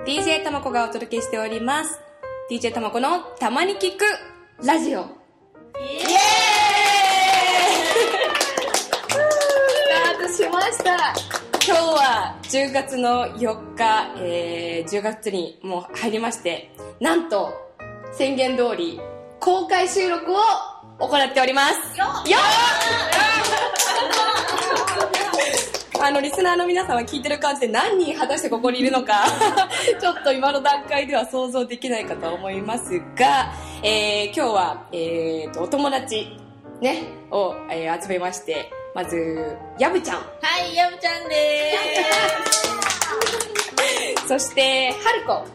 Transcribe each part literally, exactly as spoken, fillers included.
ディージェー たまこがお届けしております。 ディージェー たまこのたまに聞くラジオ。イエーイスタートしました。今日はじゅうがつのよっか、えー、じゅうがつにもう入りまして、なんと宣言通り公開収録を行っております。よっよっあのリスナーの皆さんは聞いてる感じで何人果たしてここにいるのかちょっと今の段階では想像できないかと思いますが、えー、今日は、えー、とお友達、ね、を、えー、集めまして、まずやぶちゃん、 はい、やぶちゃんでーすそしてはるこよ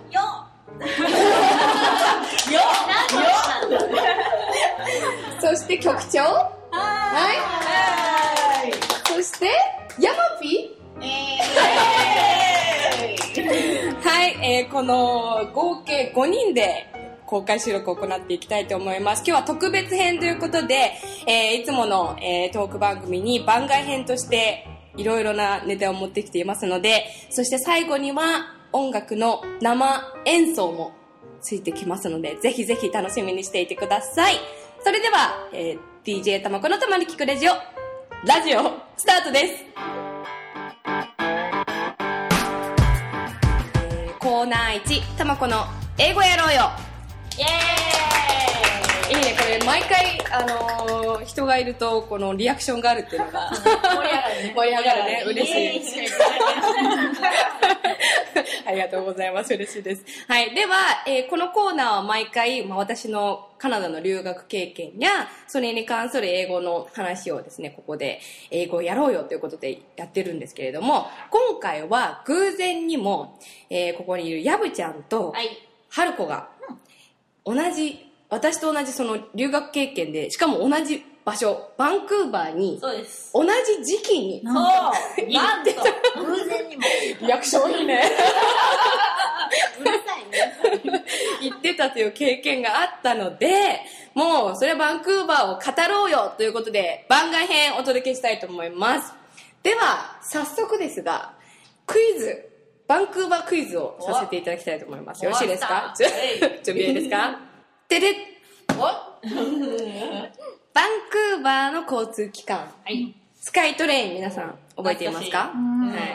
よよそして局長、はいはい、そしてヤマピー、えー、はい、えー、この合計ごにんで公開収録を行っていきたいと思います。今日は特別編ということで、えー、いつもの、えー、トーク番組に番外編としていろいろなネタを持ってきていますので、そして最後には音楽の生演奏もついてきますので、ぜひぜひ楽しみにしていてください。それでは、えー、ディージェー たまこのたまに聞くラジオラジオスタートです。えー、コーナーいち、たまこの英語やろうよ。イエーイ。いいね、これ毎回、あのー、人がいるとこのリアクションがあるっていうのが盛り上がるね。 盛り上がるね。嬉しい。ありがとうございます。嬉しいです。はい。では、えー、このコーナーは毎回、まあ、私のカナダの留学経験やそれに関する英語の話をですね、ここで英語をやろうよということでやってるんですけれども、今回は偶然にも、えー、ここにいるやぶちゃんとはるこが同じ、私と同じその留学経験で、しかも同じ場所、バンクーバーに同じ時期にそう行ってた。 偶然にもリアクションいいねうるさいね行ってたという経験があったので、もうそれはバンクーバーを語ろうよということで番外編お届けしたいと思います。では早速ですが、クイズ、バンクーバークイズをさせていただきたいと思います。よろしいですか？準備いいですか？てれっバンクーバーの交通機関、はい、スカイトレイン、皆さん覚えていますか？はい、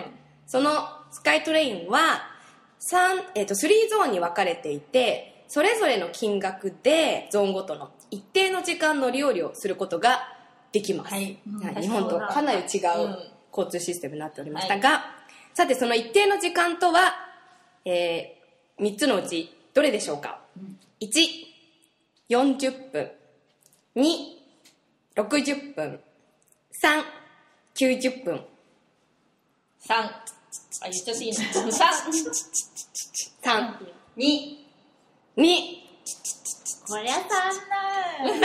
そのスカイトレインはさん、えーと、スリーゾーンに分かれていて、それぞれの金額でゾーンごとの一定の時間乗り降りをすることができます。はい、はい、日本とかなり違う交通システムになっておりましたが、はい、さてその一定の時間とは、えー、みっつのうちどれでしょうか？うん、いち、よんじゅっぷん、に、ろくじゅっぷん、さん、きゅうじゅっぷん、 さん、あ、言っちゃっていいの？さん、 さん、 に、 に、 こりゃさんだ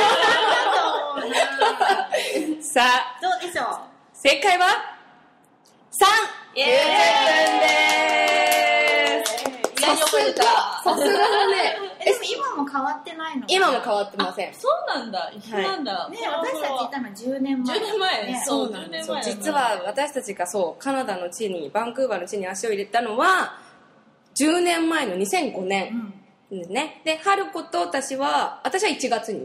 さあ、 どうでしょう？ 正解はさん、 イエーイです。さすが、さすがだね。 え、でも今も変わってないの？ 今も変わってません。 そうなんだ、一緒なんだ。 ね、私たちいたのじゅうねんまえ。 じゅうねんまえ、 ね、 そうなんです。 実は私たちがそうカナダの地に、バンクーバーの地に足を入れたのはじゅうねんまえのにせんごねんですね。で、はること私は、私はいちがつに行って、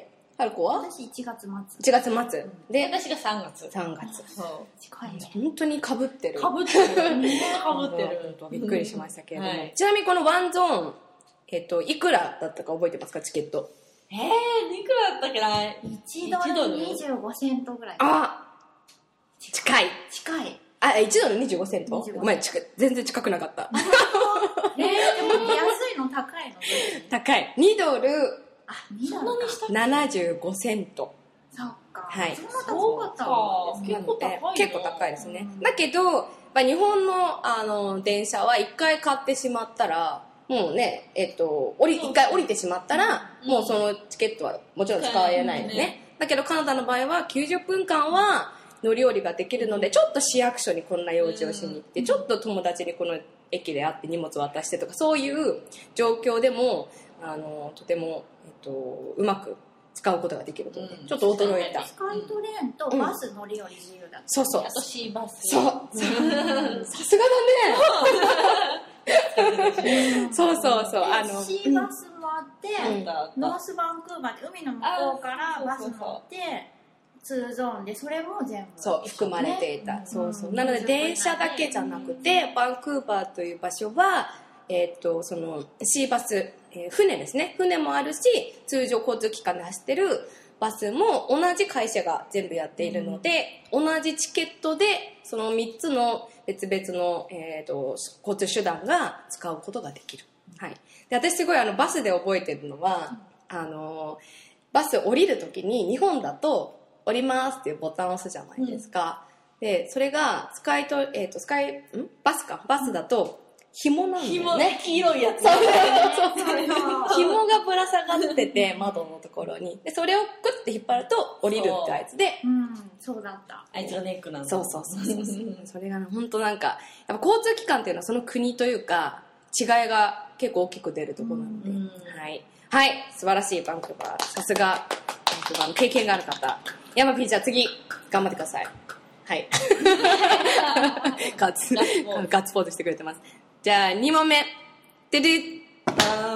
はるこは私いちがつまつ。 いちがつまつで、 私がさんがつ。 さんがつ。 そう。 近いね。 本当に被ってる。 被ってる。みんな被ってる。 びっくりしましたけれども、 はい、 ちなみにこのワンゾーン、えっといくらだったか覚えてますか？チケット。 えー、いくらだったっけな。 いちドルにじゅうごセントぐらい。 あ、近い。 近い。 あ、いちドルにじゅうごセント？ごめん、全然近くなかった。 えー、でも安いの高いの？ 高い。にドルあ、にドルか。 ななじゅうごセント。 そっか。 はい。 そんな高かったの？ 結構高い、ね。 結構高いですね。だけど、まあ、日本のあの電車は一回買ってしまったら、もうね、えっと、降り、一回降りてしまったら、うん、もうそのチケットはもちろん使えないのね。ね、だけどカナダの場合はきゅうじゅっぷんかんは乗り降りができるので、ちょっと市役所にこんな用事をしに行って、うん、ちょっと友達にこの駅で会って荷物を渡してとか、そういう状況でも、あの、とても、えっと、うまく使うことができるので、うん、ちょっと驚いた。 スカイトレーンとバス乗り降り自由だった、うん、 そうそう。 あとシーバス。 そう。さすがだね。 そうそうそう。あの、 シーバスもあって、 うんノースバンクーバーって海の向こうからバス乗って、ツーゾーンでそれも全部、 そう含まれていた、 ね、 そうそう、なので電車だけじゃなくて、バンクーバーという場所は、えー、とそのシーバス、えー、船ですね、船もあるし通常交通機関で走ってるバスも同じ会社が全部やっているので、うん、同じチケットでそのみっつの別々の、えー、と交通手段が使うことができる、はい、で私すごいあのバスで覚えてるのは、うん、あのバス降りるときに日本だと降りますっていうボタンを押すじゃないですか、うん、でそれがスカイと、えー、とスカイんバスかバスだと紐なんだよね、 黄色いやつ、 そうそうそう紐がぶら下がってて窓のところにでそれをクッて引っ張ると降りるって合図で、 うん、そうだった、 あいつがネックなんだ、 そうそうそうそうそれがね本当なんかやっぱ交通機関っていうのはその国というか違いが結構大きく出るところなので、うん、はい、はい、素晴らしいバンクーバー、さすがバンクーバーの経験がある方、ヤマピー、じゃあ次頑張ってください。はい。ガッツ、ガッツポーズしてくれてます。じゃあに問目。ででバン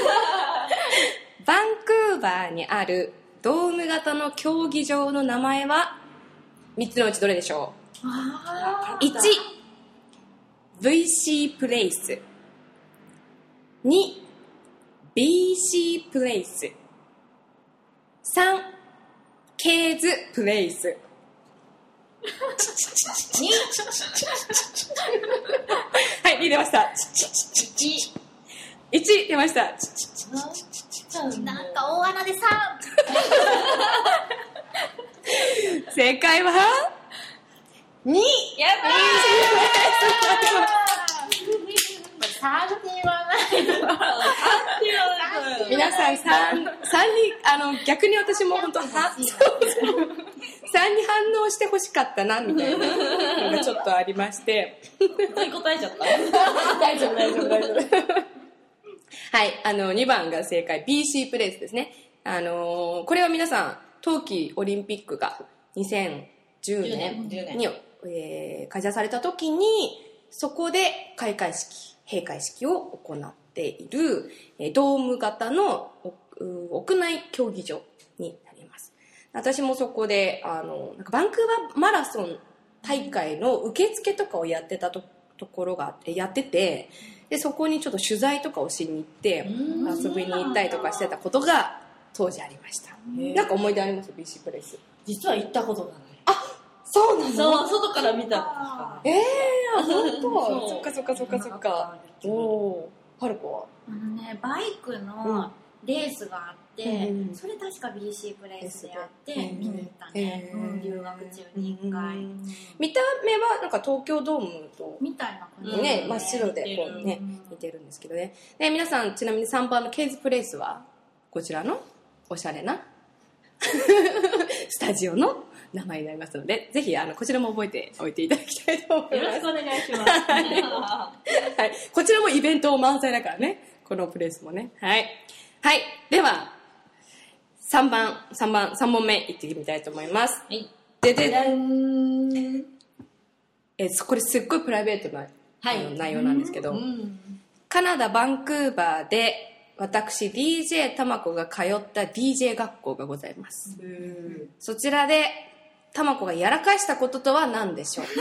クーバーにあるドーム型の競技場の名前はみっつのうちどれでしょう？いち、ブイシー プレイス。に、ビーシー プレイス。さん、ケーズプレイス。にはい、に出ました。いち出ました。 なんか大穴でさん正解はに。 やったーさんって言わないと皆さんさん、さんにあの逆に私も本当はさんに反応してほしかったなみたいなのがちょっとありまして答え答えちゃった大丈夫大丈夫大丈夫はい、あのにばんが正解、 ビーシー プレイスですね。あのー、これは皆さん冬季オリンピックがにせんじゅうねんに、えー、開催された時にそこで開会式閉会式を行っている、えー、ドーム型の屋内競技場になります。私もそこであのなんかバンクーバーマラソン大会の受付とかをやってた と, ところがあってやってて、でそこにちょっと取材とかをしに行って遊びに行ったりとかしてたことが当時ありました。なんか思い出あります？ ビーシー プレイス。 実は行ったことがない。 あ、そうなの？ そう、外から見た。 ええー、本当。そっかそっかそっかそっか。おお、パルコは？ あのね、バイクのレースがあって、うん、それ確か ビーシー プレイスでやって見に行ったね、うんうん、留学中にいっかい、うん、 見た目はなんか東京ドームとみたいな感じね、真っ白でこうね似てるんですけどね。で皆さんちなみにさんばんのケーズプレイスはこちらのおしゃれなスタジオの名前になりますので、ぜひあのこちらも覚えておいていただきたいと思います。 よろしくお願いしますはい、こちらもイベント満載だからね、このプレイスもね。はい、はい、ではさんばんさんばんさん問目いってみたいと思います。 はい、 でででんえこれすっごいプライベートな、はい、内容なんですけど、うん、カナダバンクーバーで私 ディージェー たまこが通った ディージェー 学校がございます。うん、そちらでたまこがやらかしたこととは何でしょう？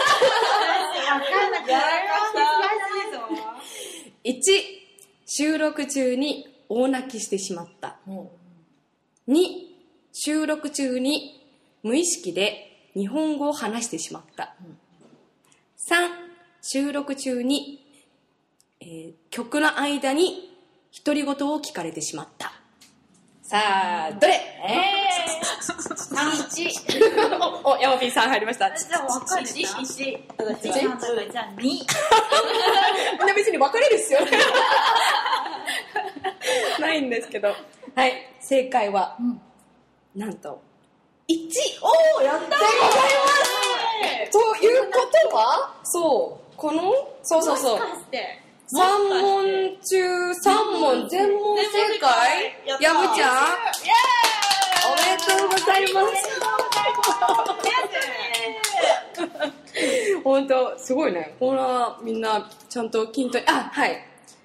いち、収録中に大泣きしてしまった。に、収録中に無意識で日本語を話してしまった。さん、収録中に、えー、曲の間に独り言を聞かれてしまった。さあ、どれ？ えー、さん、いち。 お、ヤマピーさん入りました。 じゃあ分かれた？いち、いち。じゃあに。みんな別に分かれるっすよね。ないんですけど。はい、正解は、うん、なんと、いち。 おー、やったー！でございます！ということは、そう、この、そうそうそう。 もしかしてさん問中さん問全問正解？やむちゃんおめでとうございます。本当すごいね。こんなみんなちゃんと筋トレ、あ、はい。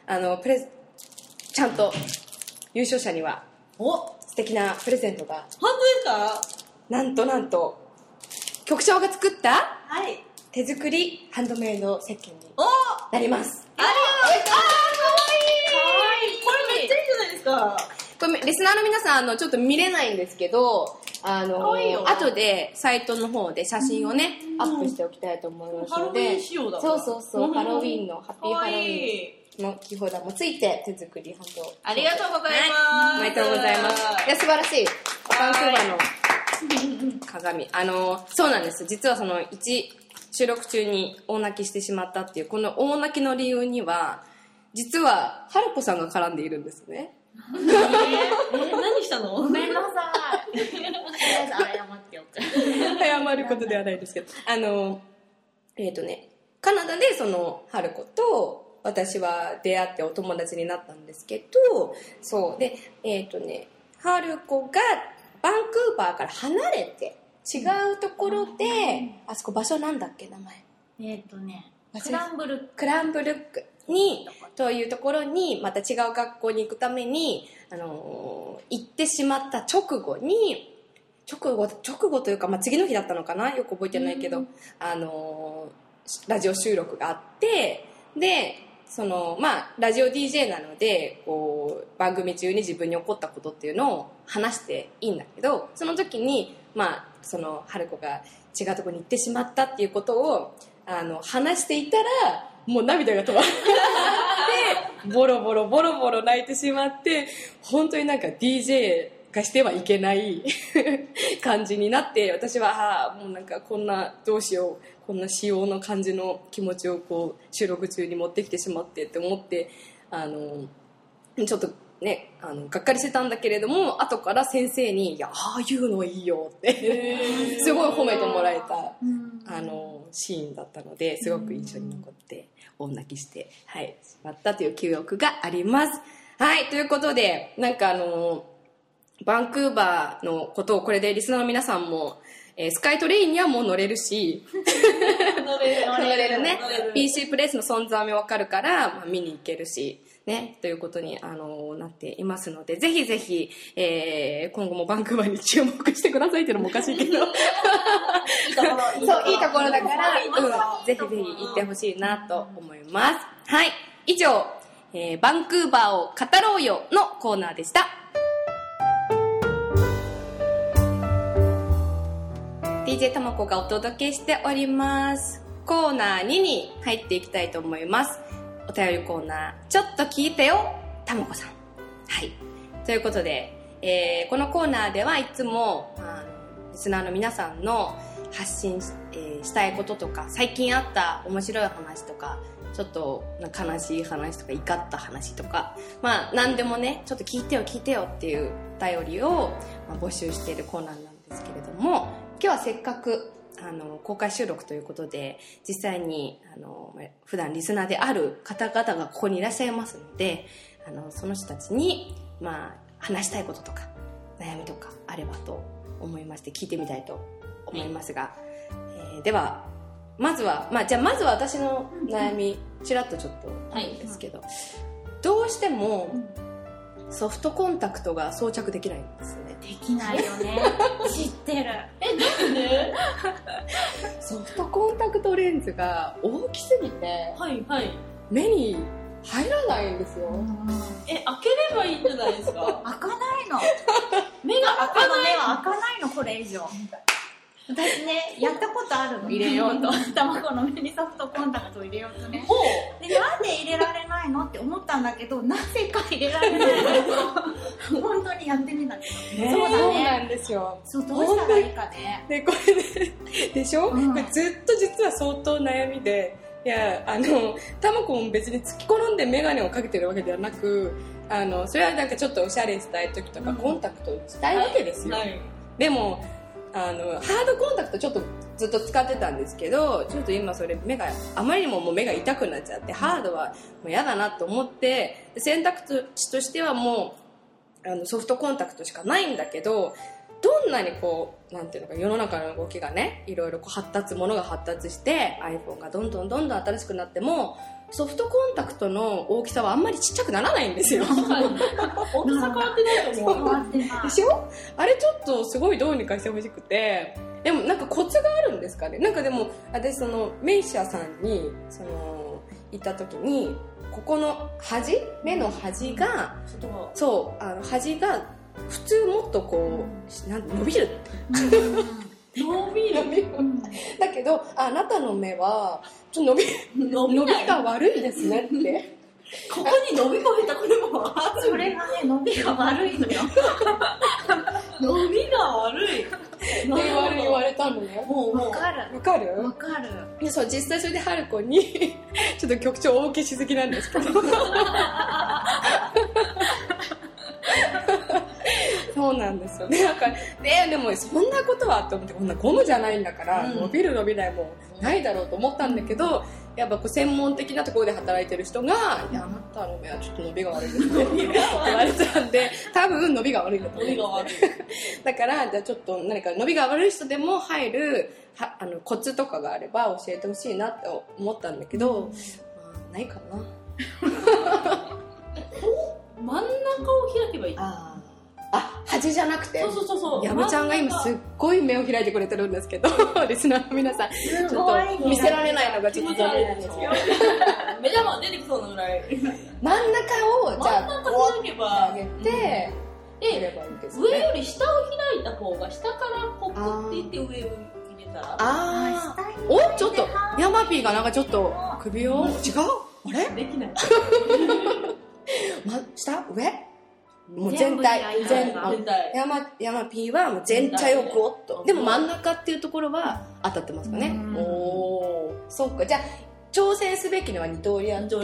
あのプレちゃんと優勝者にはお素敵なプレゼントが本当ですか？ なんとなんと局長が作ったはい手作りハンドメイド石鹸におなります。 ありがとうございます。かわいい。これめっちゃいいじゃないですか。 これリスナーの皆さんあのちょっと見れないんですけど、あの後でサイトの方で写真をね、うん、アップしておきたいと思いますので、 ハロウィン仕様だ。 そうそうそう、うん、ハロウィンのハッピーハロウィンのキーホルダーもついて手作りハンド。 ありがとうございます。 はい、おめでとうございます。いや素晴らしい。バンクーバーの鏡。あのそうなんです。実はその一収録中に大泣きしてしまったっていうこの大泣きの理由には実はハルコさんが絡んでいるんですね。 えー、何したの？ ごめんなさい。とりあえず謝っておく。 謝ることではないですけど、あのえっ、ー、とねカナダでそのハルコと私は出会ってお友達になったんですけど、そうでえっ、ー、とねハルコがバンクーバーから離れて違うところで、うん、あそこ場所なんだっけ名前？ えっ、ー、とねクランブルック。 クランブルックにというところにまた違う学校に行くために、あのー、行ってしまった直後に直後直後というか、まあ、次の日だったのかなよく覚えてないけど、うん、あのー、ラジオ収録があってでそのまあラジオ ディージェー なのでこう番組中に自分に起こったことっていうのを話していいんだけどその時にまあその春子が違うところに行ってしまったっていうことをあの話していたらもう涙が止まらなくてボロボロボロボロ泣いてしまって本当になんか ディージェー がしてはいけない感じになって私はあもうなんかこんなどうしようこんな仕様の感じの気持ちをこう収録中に持ってきてしまってって思ってあのちょっとねあのがっかりしてたんだけれども後から先生にいやああいうのいいよってすごい褒めてもらえたあのシーンだったのですごく印象に残って大泣きして、はい、しまったという記憶があります。はいということでなんかあのバンクーバーのことをこれでリスナーの皆さんもえー、スカイトレインにはもう乗れるし乗れる乗れるね ピーシー プレイスの存在も分かるから、まあ、見に行けるしねということに、あのー、なっていますのでぜひぜひ、えー、今後もバンクーバーに注目してくださいっていうのもおかしいけどいいところそういいところだから、うん、ぜひぜひ行ってほしいなと思います。はい以上、えー、バンクーバーを語ろうよのコーナーでした。ディージェー たまこがお届けしております。コーナーにに入っていきたいと思います。お便りコーナーちょっと聞いてよたまこさん。はいということで、えー、このコーナーではいつもあのリスナーの皆さんの発信 し,、えー、したいこととか最近あった面白い話とかちょっと悲しい話とか怒った話とかまあ何でもねちょっと聞いてよ聞いてよっていうお便りを、まあ、募集しているコーナーなんですけれども今日はせっかくあの公開収録ということで実際にあの普段リスナーである方々がここにいらっしゃいますのであのその人たちに、まあ、話したいこととか悩みとかあればと思いまして聞いてみたいと思いますが、えー、ではまずは、まあ、じゃあまずは私の悩みちらっとちょっとあるんですけど、はい、どうしてもソフトコンタクトが装着できないんですね。 できないよね知ってるえなんでソフトコンタクトレンズが大きすぎて、 はいはい、 目に入らないんですよ。 え開ければいいんじゃないですか開かないの目が開かない目は開かないのこれ以上私ねやったことあるの入れようと卵の目にソフトコンタクトを入れようとねでなんで入れられないのって思ったんだけどなぜか入れられないの本当にやってみたけど、 えー、そうだねそうなんですよ。 そうどうしたらいいかねでこれねでしょ、うん、これずっと実は相当悩みでいやあのたまこも別に突き転んで眼鏡をかけてるわけではなくあのそれはなんかちょっとおしゃれしたい時とか、うん、コンタクトにしたいわけですよ、はいはい、でもあのハードコンタクトちょっとずっと使ってたんですけどちょっと今それ目があまりにももう目が痛くなっちゃってハードはもう嫌だなと思って選択肢としてはもうあのソフトコンタクトしかないんだけどどんなにこうなんていうのか世の中の動きがねいろいろこう発達ものが発達して iPhone がどんどんどんどん新しくなってもソフトコンタクトの大きさはあんまりちっちゃくならないんですよ。 大きさ変わってないと思う。 変わってないでしょ？あれちょっとすごいどうにかしてほしくて、でもなんかコツがあるんですかね。なんかでも私そのメイシャーさんにその行った時にここの端目の端がそうあの端が普通もっとこうなん伸びるって伸びる伸びるだけどあなたの目はちょっと伸び伸びが悪いですねってここに伸びも下手これもそれがね伸びが悪いのよ伸びが悪いって言われ言われたのね。 もうわかるわかるわかる。 いやそう実際それで春子にちょっと曲調大きしすぎなんですけどそうなんですよね。なんかででもそんなことはと思ってこんなゴムじゃないんだから、うん、伸びる伸びないもないだろうと思ったんだけど、やっぱこう専門的なところで働いてる人が「いやあなたの目はちょっと伸びが悪いですね」って言われたんで多分伸びが悪いんだと思う。伸びが悪いだからじゃあちょっと何か伸びが悪い人でも入るはあのコツとかがあれば教えてほしいなって思ったんだけど、うん、まあ、ないかな真ん中を開けばいい。 ああ、端じゃなくて。 そうそうそうそう。 やぶちゃんが今すっごい目を開いてくれてるんですけど、リスナーの皆さん、ちょっと見せられないのがちょっと残念なんですけど。 目玉出てきそうなぐらい。 真ん中を、じゃあ、 真ん中開けば、 上げて、で、 上より下を開いた方が、下からこうっていって上を入れたら。 あー。お、ちょっと、ヤマピーがなんかちょっと首を、違うあれできない。 ま、下上もう全体全体ヤマヤマピーはもう全体をゴッとでも真ん中っていうところは当たってますかね。おおそうか。じゃあ挑戦すべきのは二通りあって、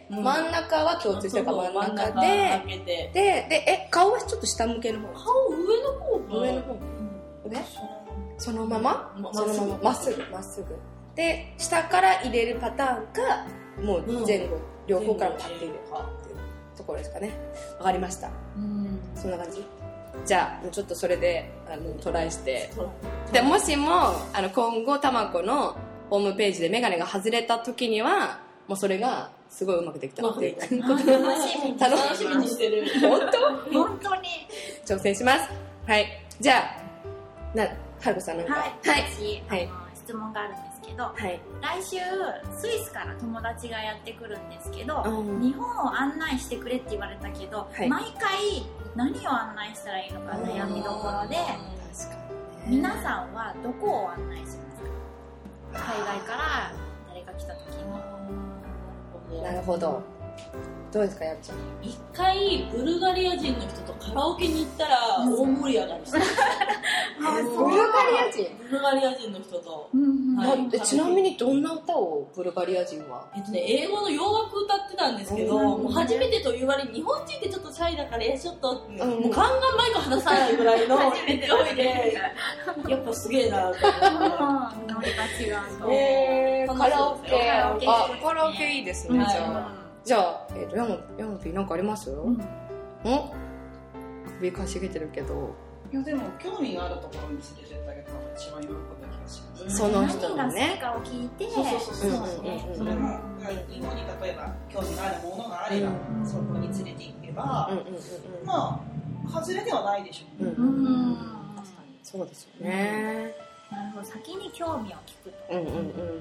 うん、真ん中は共通してるから真ん中でででえ顔はちょっと下向けの方顔上の方上の方、うん、上そのままそのまままっすぐまっすぐで下から入れるパターンかもう前後、うん、両方からパッて入れるかところですかね。わかりました。うんそんな感じ。じゃあちょっとそれであのトライしてでもしもあの今後たまこのホームページでメガネが外れた時にはもうそれがすごいうまくできたっていうことで楽しみに楽しみにしてる。 本当本当に挑戦します。はい。じゃあなはるこさんなんかはいはい、 はい、質問があるんですけど、はい、来週スイスから友達がやってくるんですけど、うん、日本を案内してくれって言われたけど、はい、毎回何を案内したらいいのか悩みどころで、確かにね、皆さんはどこを案内しますか？海外から誰が来た時に。 なるほど。どうですかやっちゃん。 一回ブルガリア人の人とカラオケに行ったら大盛り上がりした。 ブルガリア人ブルガリア人の人と、 うんはい、ちなみにどんな歌をブルガリア人は、 えっとね、英語の洋楽歌ってたんですけど、うん、もう初めてと言われ日本人ってちょっとシャイだからちょっと、うん、もうガンガンマイク離さないぐらいの勢いでやっぱすげえなって思ってノリが違うと、えー、カラオケあカラオケいいですね、うん、じゃあじゃあ、えーと、ヤマ、ヤマピーなんかあります？うん、お首かしげてるけど。 いやでも興味があるところに連れてってあげたのが一番喜んだ気がします。 その人のね。 何が好きかを聞いて、 そうそうそうそうですね。それも日本に例えば興味があるものがあれば、うん、そこに連れて行けば、うんうんうんうん、まあ外れではないでしょう。うんうんうん、 確かにそうですよね。 なるほど、先に興味を聞くと、 うんうんうん、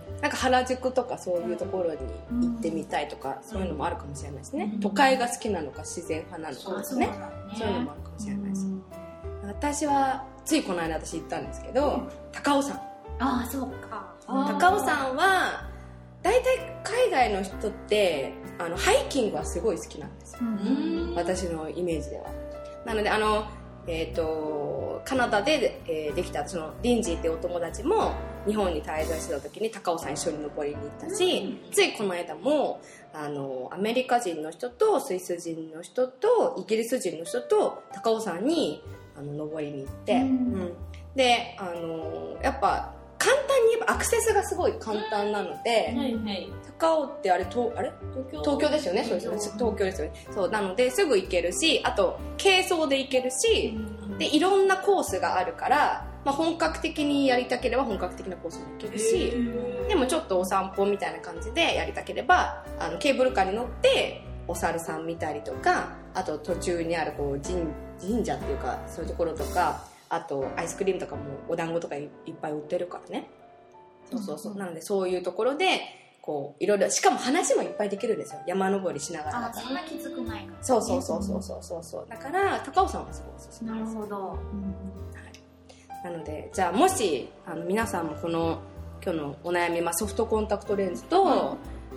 なんか原宿とかそういうところに行ってみたいとか、うん、そういうのもあるかもしれないですね、うん、都会が好きなのか自然派なのかですね、うん、そういうのもあるかもしれないです、うん、私はついこの間私行ったんですけど、うん、高尾山。 ああそうか。 高尾山は大体海外の人ってあのハイキングはすごい好きなんですよ、うん、私のイメージでは。なのであのえー、とカナダで、えー、できたそのリンジーっていうお友達も日本に滞在してた時に高尾山一緒に登りに行ったし、うん、ついこの間もあのアメリカ人の人とスイス人の人とイギリス人の人と高尾山にあの登りに行って、うんうん、であのやっぱ簡単に言えばアクセスがすごい簡単なので、うんはいはい、高尾ってあれ東あれ東京、東京ですよね。そうですよね。東京ですよね。そうなのですぐ行けるし、あと軽装で行けるし、うん、 でいろんなコースがあるから、まあ、本格的にやりたければ本格的なコースも行けるし、でもちょっとお散歩みたいな感じでやりたければあのケーブルカーに乗ってお猿さん見たりとか、あと途中にあるこう 神, 神社っていうかそういうところとか、あとアイスクリームとかもお団子とか い, いっぱい売ってるからね。そうそうそう、なのでそういうところでこういろいろ、しかも話もいっぱいできるんですよ、山登りしながら。 あ、そんなきつくないから、ね、 そうそうそうそうそうそうそう、だから高尾さんはすごいおすすめです。 なるほど、うん、はい 、なのでじゃあもしあの皆さんもこの今日のお悩み、まあ、ソフトコンタクトレンズと、うん、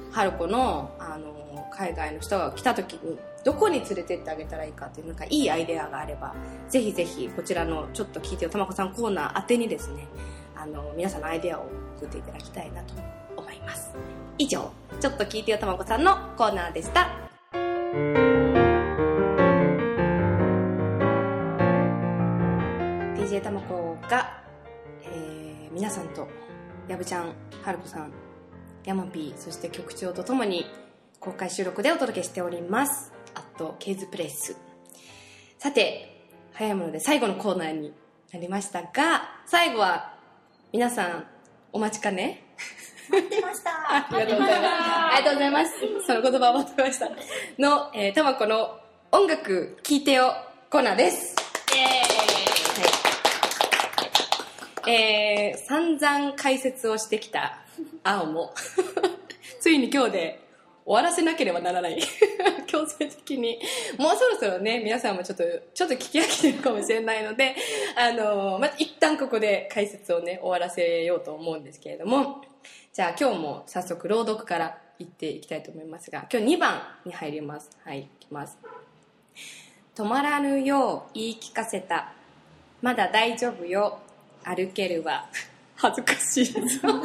春子のあの海外の人が来た時にどこに連れてってあげたらいいかっていうなんかいいアイデアがあれば、ぜひぜひこちらのちょっと聞いてよたまこさんコーナー宛てにですね、あの皆さんのアイデアを送っていただきたいなと思います。以上、ちょっと聞いてよたまこさんのコーナーでした。ディージェー たまこが、えー、皆さんとやぶちゃん、はるこさん、やまぴー、そして局長とともに公開収録でお届けしております。アットケーズプレイス。さて、早いもので最後のコーナーになりましたが、最後は皆さんお待ちかね。 待ってました。 ありがとうございます。ありがとうございます。その言葉を待ってました。の、えー、たまこの音楽聴いてよコーナーです。イエーイ。はい、えー、散々解説をしてきた青もついに今日で終わらせなければならない強制的にもうそろそろね、皆さんもちょっとちょっと聞き飽きてるかもしれないので、あのー、まず一旦ここで解説をね終わらせようと思うんですけれども、じゃあ今日も早速朗読からいっていきたいと思いますが、今日にばんに入ります。はい、いきます。止まらぬよう言い聞かせた、まだ大丈夫よ歩けるわ。恥ずかしいですちょっ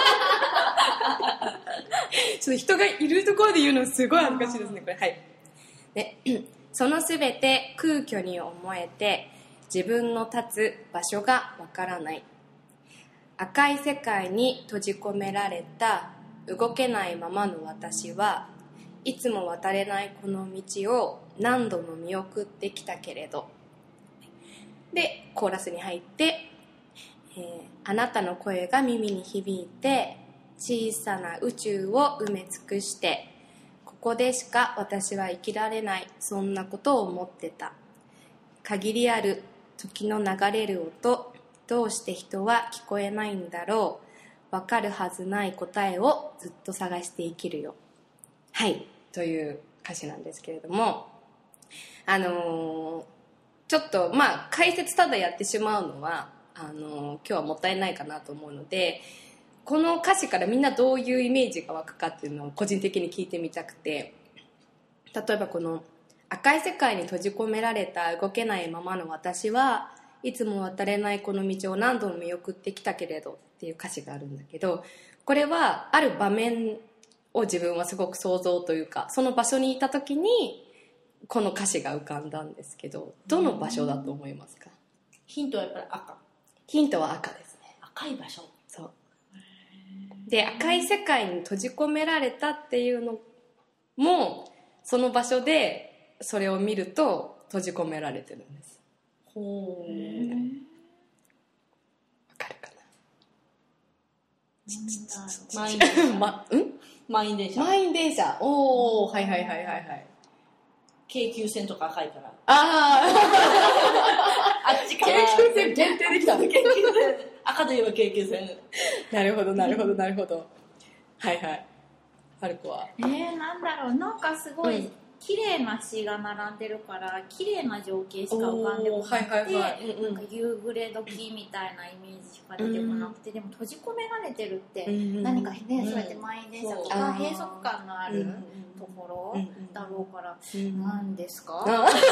と人がいるところで言うのすごい恥ずかしいですね、これ。はい。で、そのすべて空虚に思えて自分の立つ場所がわからない。赤い世界に閉じ込められた動けないままの私はいつも渡れないこの道を何度も見送ってきたけれど、でコーラスに入って、えー、あなたの声が耳に響いて小さな宇宙を埋め尽くして、ここでしか私は生きられない、そんなことを思ってた。限りある時の流れる音、どうして人は聞こえないんだろう、わかるはずない答えをずっと探して生きるよ。はい、という歌詞なんですけれども、あのー、ちょっとまあ解説ただやってしまうのはあのー、今日はもったいないかなと思うので、この歌詞からみんなどういうイメージが湧くかっていうのを個人的に聞いてみたくて、例えばこの赤い世界に閉じ込められた動けないままの私はいつも渡れないこの道を何度も見送ってきたけれどっていう歌詞があるんだけど、これはある場面を自分はすごく想像というか、その場所にいた時にこの歌詞が浮かんだんですけど、どの場所だと思いますか？ ヒントはやっぱり赤。 ヒントは赤ですね。 赤い場所。 そうで、赤い世界に閉じ込められたっていうのもその場所でそれを見ると閉じ込められてるんです。ほー、わかるかな？ 満員電車。 ま、ん？ 満員電車。 満員電車。おー、はいはいはいはいはい。 京急線とか赤いから。 あーあっちから。 京急線限定できたの？ 京急線。赤といえば京急線。 なるほどなるほどなるほど。はいはい。はるこは。 えー、なんだろう、なんかすごい、うん綺麗な詩が並んでるから綺麗な情景しか浮かんでこなくて、はいはいはい、なんか夕暮れ時みたいなイメージしか出てこなくて、うん、でも閉じ込められてるって何かね、うん、そうやって満員電車とか閉塞感のあるところだろうから、うん、何ですか？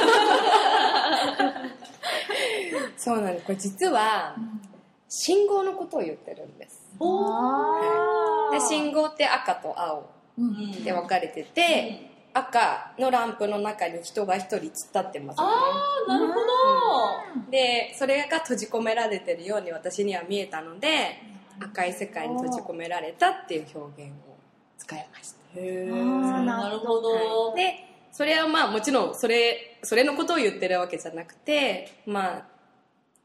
そうなんです。これ実は信号のことを言ってるんです。はい、で信号って赤と青で分かれてて、うん赤のランプの中に人が一人突っ立ってますよね。 あー、なるほど、 うん、でそれが閉じ込められてるように私には見えたので、赤い世界に閉じ込められたっていう表現を使いました。 へー、なるほど、 はい、でそれはまあもちろんそれそれのことを言ってるわけじゃなくて、まあ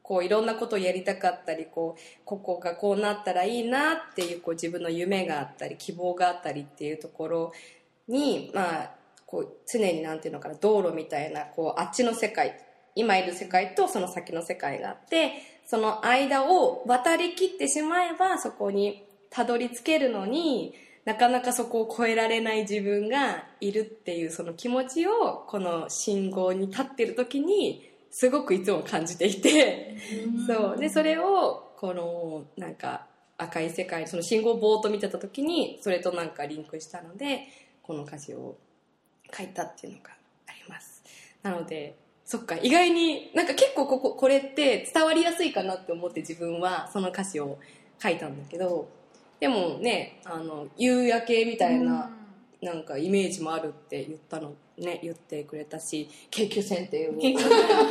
こういろんなことをやりたかったり、こうここがこうなったらいいなっていう、こう自分の夢があったり希望があったりっていうところに、まあこう常になんていうのかな、道路みたいな、こうあっちの世界、今いる世界とその先の世界があって、その間を渡りきってしまえばそこにたどり着けるのに、なかなかそこを越えられない自分がいるっていう、その気持ちをこの信号に立ってる時にすごくいつも感じていて、そうでそれをこのなんか赤い世界、その信号をぼーっと見てた時にそれとなんかリンクしたので、この歌詞を書いたっていうのがあります。なのでそっか、意外になんか結構こここれって伝わりやすいかなって思って自分はその歌詞を書いたんだけど、でもね、あの夕焼けみたいななんかイメージもあるって言ったのね、言ってくれたし、京急線っていうイ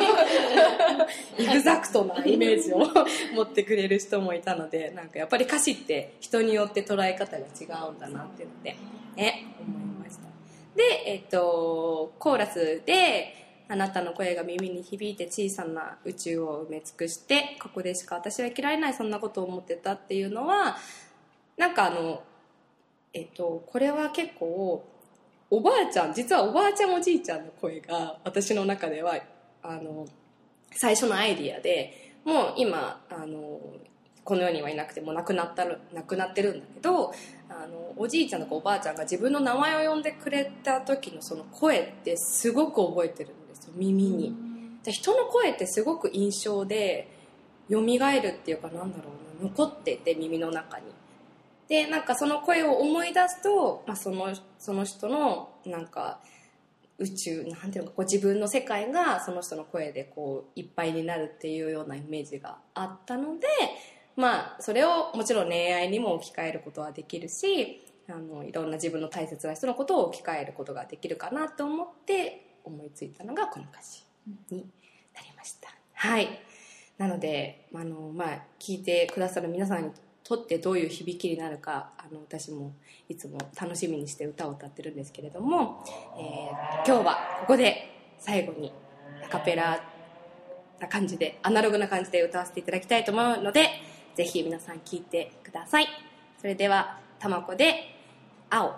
グザクトなイメージを持ってくれる人もいたので、なんかやっぱり歌詞って人によって捉え方が違うんだなっていうのでね、思いました。で、えっとコーラスであなたの声が耳に響いて小さな宇宙を埋め尽くして、ここでしか私は生きられない、そんなことを思ってたっていうのは、なんかあのえっとこれは結構おばあちゃん、実はおばあちゃんおじいちゃんの声が私の中ではあの最初のアイディアで、もう今あのこの世にはいなくてもう亡くなったる亡くなってるんだけど、あのおじいちゃんとかおばあちゃんが自分の名前を呼んでくれた時のその声ってすごく覚えてるんですよ、耳に。で人の声ってすごく印象で蘇るっていうか、なんだろうな、残ってて耳の中に。でなんかその声を思い出すと、まあ、そのその人のなんか宇宙なんていうのか、こう自分の世界がその人の声でこういっぱいになるっていうようなイメージがあったので、まあそれをもちろん恋愛にも置き換えることはできるし、あのいろんな自分の大切な人のことを置き換えることができるかなと思って思いついたのがこの歌詞になりました。はい。なのであの、まあ、聞いてくださる皆さんにとってどういう響きになるか、あの私もいつも楽しみにして歌を歌ってるんですけれども、えー、今日はここで最後にアカペラな感じで、アナログな感じで歌わせていただきたいと思うので、ぜひ皆さん聴いてください。それではたまこで青。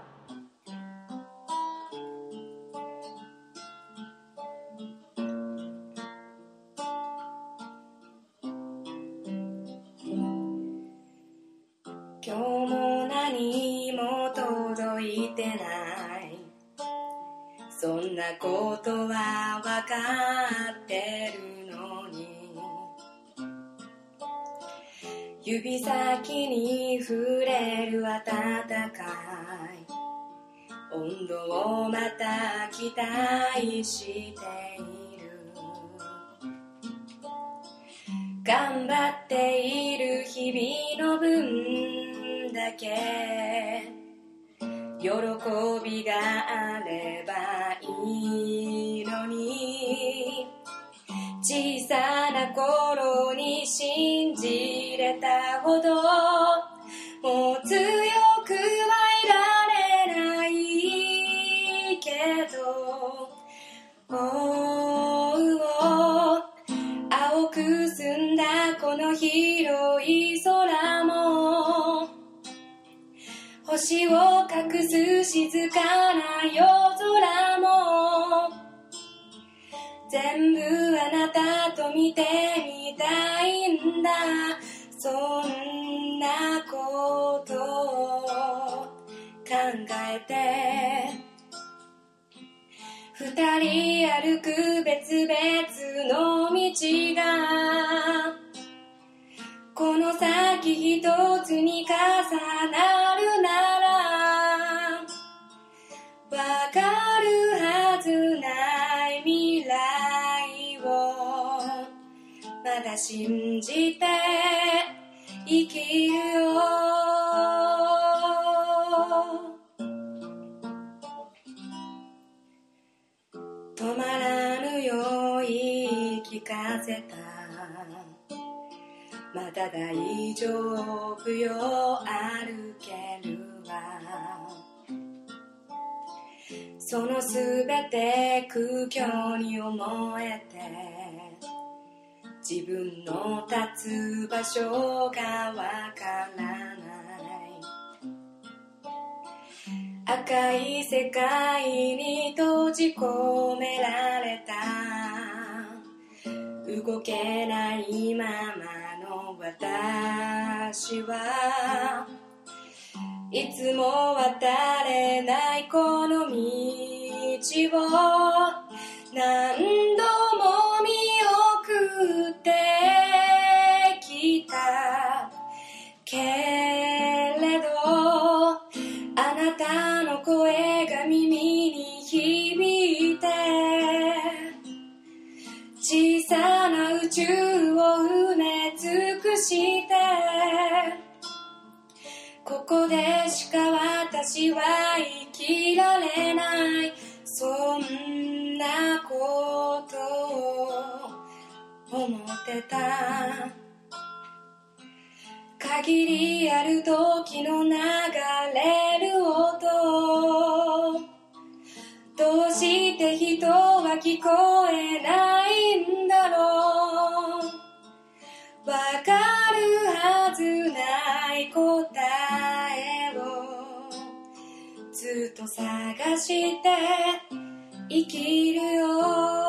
今日も何も届いてない、そんなことは分かってるのに、指先に触れる温かい温度をまた期待している、頑張っている日々の分だけ喜びがあればいいのに、小さな頃に信じれたほどもう強くはいられないけど、おうおう青く澄んだこの広い空も、星を隠す静かな夜空も、全部あなたと見てみたいんだ、そんなことを考えて二人歩く別々の道がこの先一つに重なるなら、わかるはずない未来をまだ信じて生きるよ。止まらぬよう言い聞かせた、まだ大丈夫よ歩けるわ、そのすべて空虚に思えて自分の立つ場所がわからない赤い世界に閉じ込められた動けないままの私はいつも渡れないこの道を何度も見送ってきたけれどあなたの声が耳に響いて小さな宇宙を埋め尽くしてここでしか私は生きられないそんなことを思ってた限りある時の流れる音どうして人は聞こえないんだろうわかるはずない答えをずっと探して生きるよ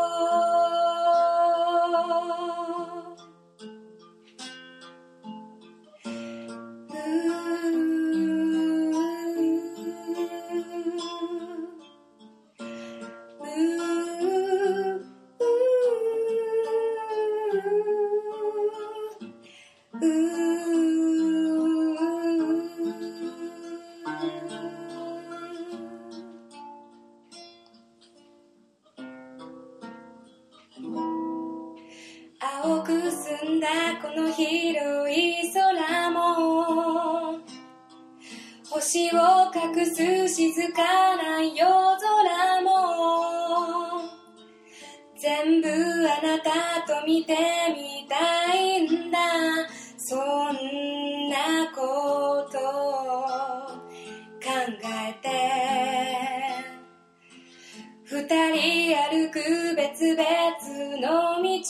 青く澄んだこの広い空も星を隠す静かな夜空も全部あなたと見てみたいんだそんなことを考えて二人歩く別々の道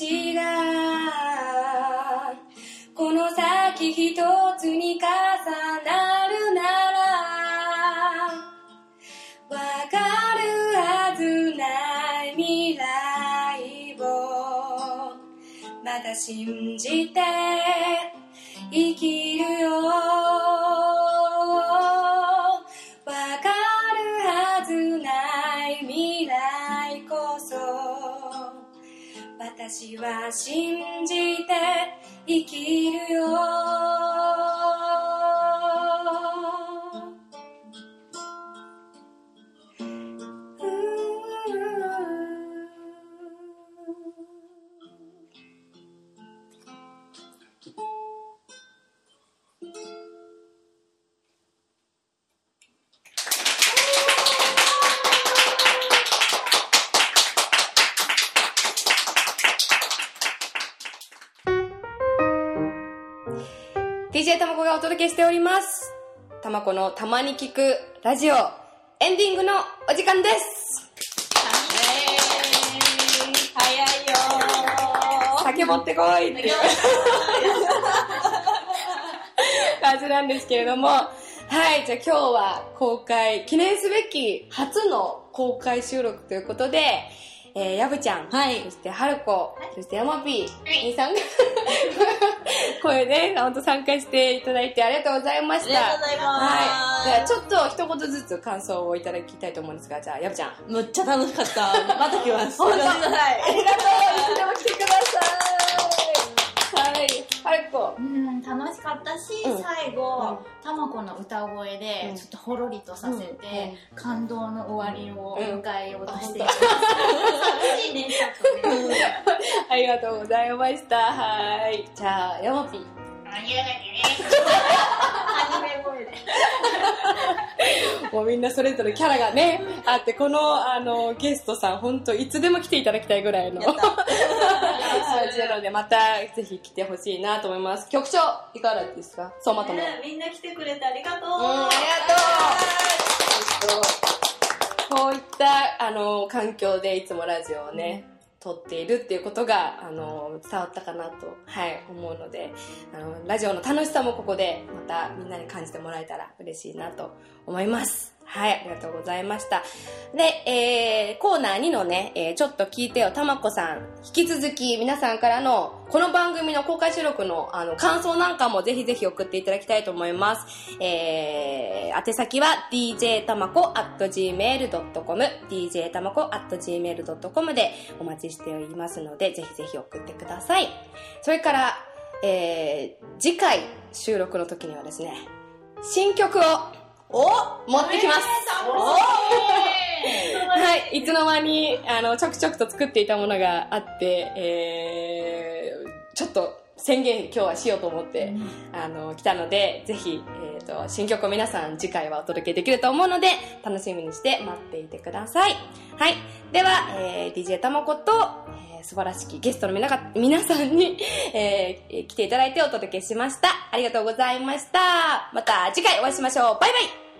がこの先一つに重なるならわかるはずない未来をまだ信じて生きるよわかるはずない未来こそ私は信じて生きるよディージェー たまこがお届けしておりますたまこのたまに聞くラジオエンディングのお時間です早いよ酒持ってこいっていう感じなんですけれどもはいじゃあ今日は公開記念すべき初の公開収録ということでえー、やぶちゃん、はい、そしてはるこ、はい、そしてやまぴーにさんこれね、ほんと参加していただいてありがとうございました。 ありがとうございます。 はい。じゃあちょっと一言ずつ感想をいただきたいと思うんですが、じゃあやぶちゃん。 むっちゃ楽しかった。また来ます。 本当にはい。ありがとう。いつでも来てください。はい。はるこ。 うん、楽しかったし、うん、最後、うん、たまこの歌声でちょっとほろりとさせて、うん、感動の終わりを迎えようとしています。寂しいね、ちょっとね。 ありがとうございました。はい。じゃあ、やまぴー。 ありがとうね。アニメ声で。 もうみんなそれぞれキャラがね、あって、この、あの、ゲストさん、本当いつでも来ていただきたいぐらいの感じなので、またぜひ来てほしいなと思います。局長、いかがですか？総まとめ、 ね。みんな来てくれてありがとう。 うん、ありがとう。こういった、あの、環境でいつもラジオをね、 撮っているっていうことが、あの、伝わったかなと、はい、思うので、あの、ラジオの楽しさもここで、またみんなに感じてもらえたら嬉しいなと思います。はい、ありがとうございました。で、えー、コーナーにのね、えー、ちょっと聞いてよ、たまこさん、引き続き皆さんからの、この番組の公開収録の、あの、感想なんかもぜひぜひ送っていただきたいと思います。えー、宛先は ディージェーたまこ アット ジーメール ドットコム ディージェーたまこ アット ジーメール ドットコム でお待ちしておりますので、ぜひぜひ送ってください。それから、えー、次回収録の時にはですね、新曲をお持ってきます。はい、いつの間にあのちょくちょくと作っていたものがあって、えー、ちょっと宣言今日はしようと思って、うん、あの来たので、ぜひ、えーと、新曲を皆さん次回はお届けできると思うので、楽しみにして待っていてください。はい、では、えー、ディージェー たまこと、えー、素晴らしきゲストの皆が皆さんに、えー、来ていただいてお届けしました。ありがとうございました。また次回お会いしましょう。バイバイ。